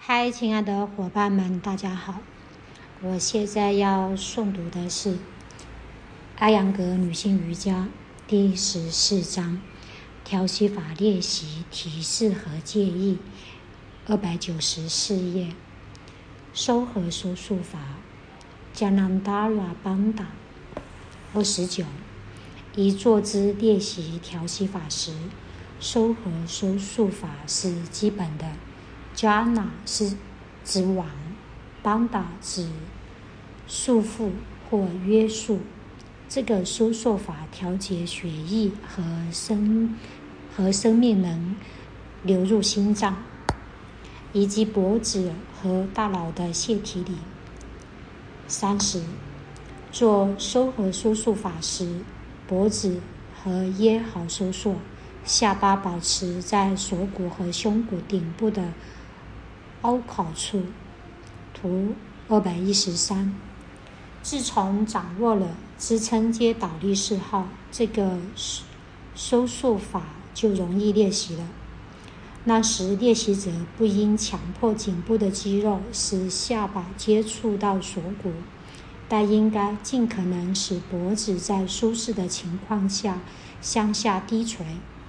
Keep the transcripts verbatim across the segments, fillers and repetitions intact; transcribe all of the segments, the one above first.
嗨，亲爱的伙伴们，大家好！我现在要诵读的是阿扬格女性瑜伽第十四章调息法练习提示和建议，二百九十四页。收合收束法，Janandara Bandha。二十九，以坐姿练习调息法时，收合收束法是基本的。Jana 是指网 ，Bandha 指束缚或约束。这个收束法调节血液和生和生命能流入心脏，以及脖子和大脑的腺体里。三十，做收合收束法时，脖子和咽好收缩，下巴保持在锁骨和胸骨顶部的凹口处。图二百一十三。自从掌握了支撑接倒立式后，这个收束法就容易练习了。那时练习者不应强迫颈部的肌肉使下巴接触到锁骨，但应该尽可能使脖子在舒适的情况下向下低垂。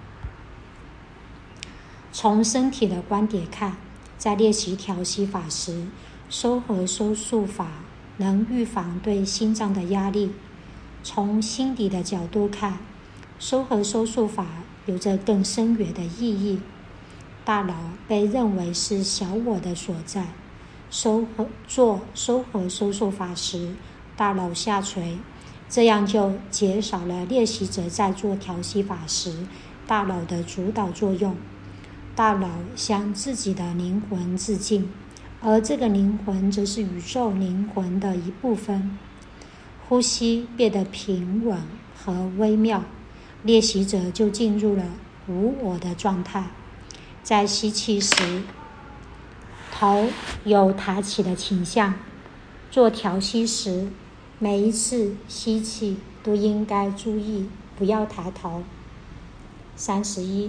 从身体的观点看，在练习调息法时，收合收束法能预防对心脏的压力。从心理的角度看，收合收束法有着更深远的意义。大脑被认为是小我的所在。收合做收合收束法时，大脑下垂，这样就减少了练习者在做调息法时大脑的主导作用。大脑向自己的灵魂致敬，而这个灵魂则是宇宙灵魂的一部分。呼吸变得平稳和微妙，练习者就进入了无我的状态。在吸气时，头有抬起的倾向。做调息时，每一次吸气都应该注意不要抬头。三十一，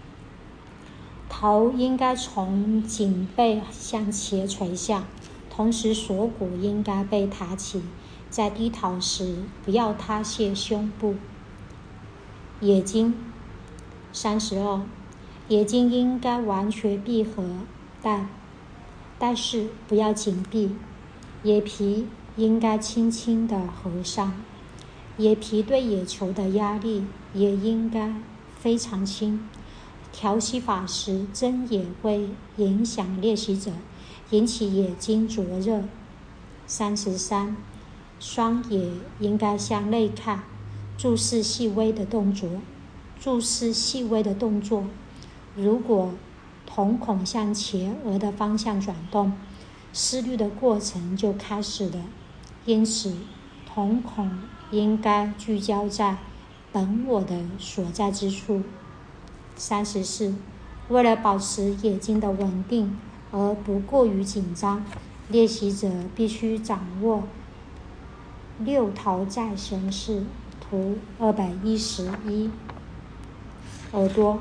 头应该从颈背向前垂下，同时锁骨应该被抬起。在低头时，不要塌陷胸部。眼睛，三十二，眼睛应该完全闭合，但但是不要紧闭。眼皮应该轻轻地合上，眼皮对眼球的压力也应该非常轻。调息法时，睁眼会影响练习者，引起眼睛灼热。三十三，双眼应该向内看，注视细微的动作。注视细微的动作。如果瞳孔向前额的方向转动，思虑的过程就开始了。因此，瞳孔应该聚焦在本我的所在之处。三十四，为了保持眼睛的稳定而不过于紧张，练习者必须掌握六头再神式。图二百一十一。耳朵。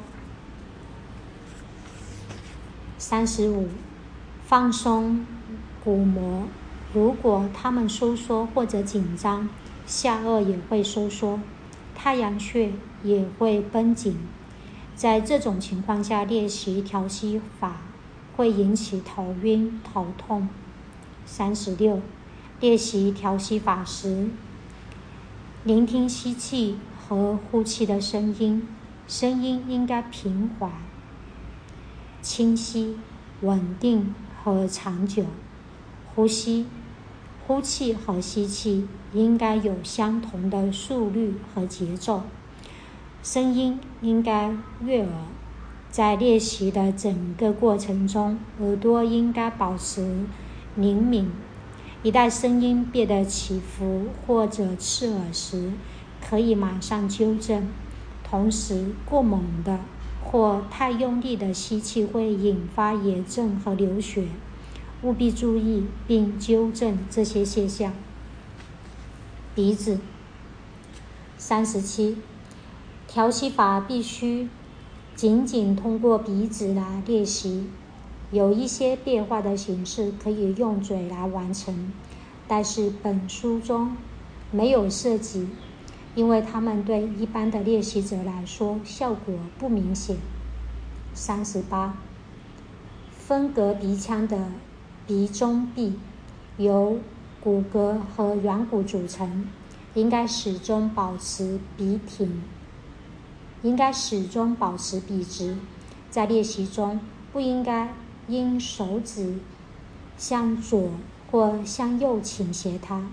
三十五，放松鼓膜，如果它们收缩或者紧张，下颚也会收缩，太阳穴也会绷紧。在这种情况下练习调息法会引起头晕、头痛。三十六，练习调息法时，聆听吸气和呼气的声音，声音应该平缓、清晰、稳定和长久。呼吸，呼气和吸气应该有相同的速率和节奏，声音应该悦耳。在练习的整个过程中，耳朵应该保持灵敏，一旦声音变得起伏或者刺耳时，可以马上纠正。同时，过猛的或太用力的吸气会引发炎症和流血，务必注意并纠正这些现象。鼻子。三十七，调息法必须仅仅通过鼻子来练习， 有一些变化的形式可以用嘴来完成，但是本书中没有涉及，因为它们对一般的练习者来说效果不明显。三十八，分隔鼻腔的鼻中壁由骨骼和软骨组成，应该始终保持鼻挺，应该始终保持笔直。在练习中，不应该因手指向左或向右倾斜它。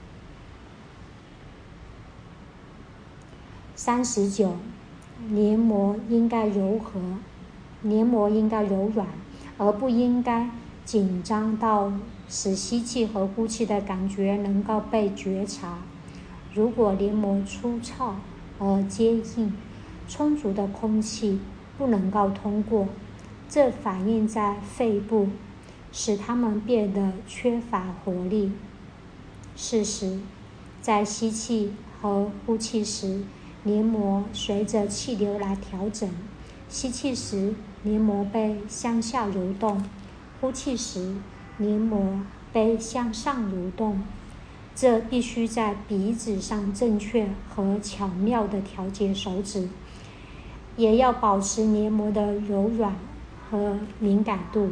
三十九，黏膜应该柔和，黏膜应该柔软，而不应该紧张到使吸气和呼气的感觉能够被觉察。如果黏膜粗糙而坚硬，充足的空气不能够通过，这反映在肺部，使它们变得缺乏活力。事实，在吸气和呼气时，黏膜随着气流来调整。吸气时，黏膜被向下蠕动；呼气时，黏膜被向上蠕动。这必须在鼻子上正确和巧妙地调节手指，也要保持黏膜的柔软和敏感度。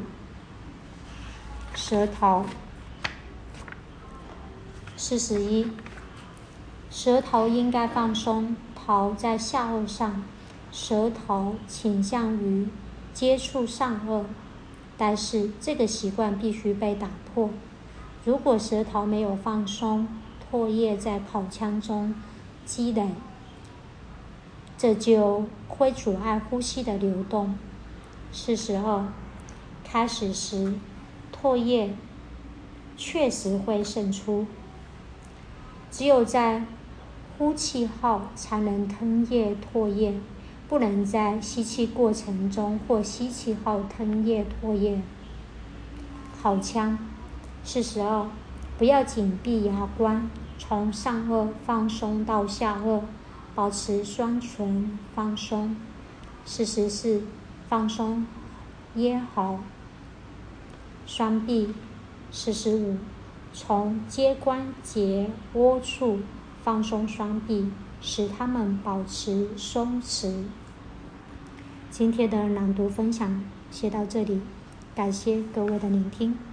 舌头。四十一，舌头应该放松，头在下颚上，舌头倾向于接触上颚，但是这个习惯必须被打破。如果舌头没有放松，唾液在口腔中积累，这就会阻碍呼吸的流动。四十二，开始时，唾液确实会渗出，只有在呼气后才能吞咽唾液，不能在吸气过程中或吸气后吞咽唾液。口腔。四十二，不要紧闭牙关，从上颚放松到下颚，保持双唇放松。四十四，放松咽喉、双臂。四十五，从肩关节窝处放松双臂，使它们保持松弛。今天的朗读分享写到这里，感谢各位的聆听。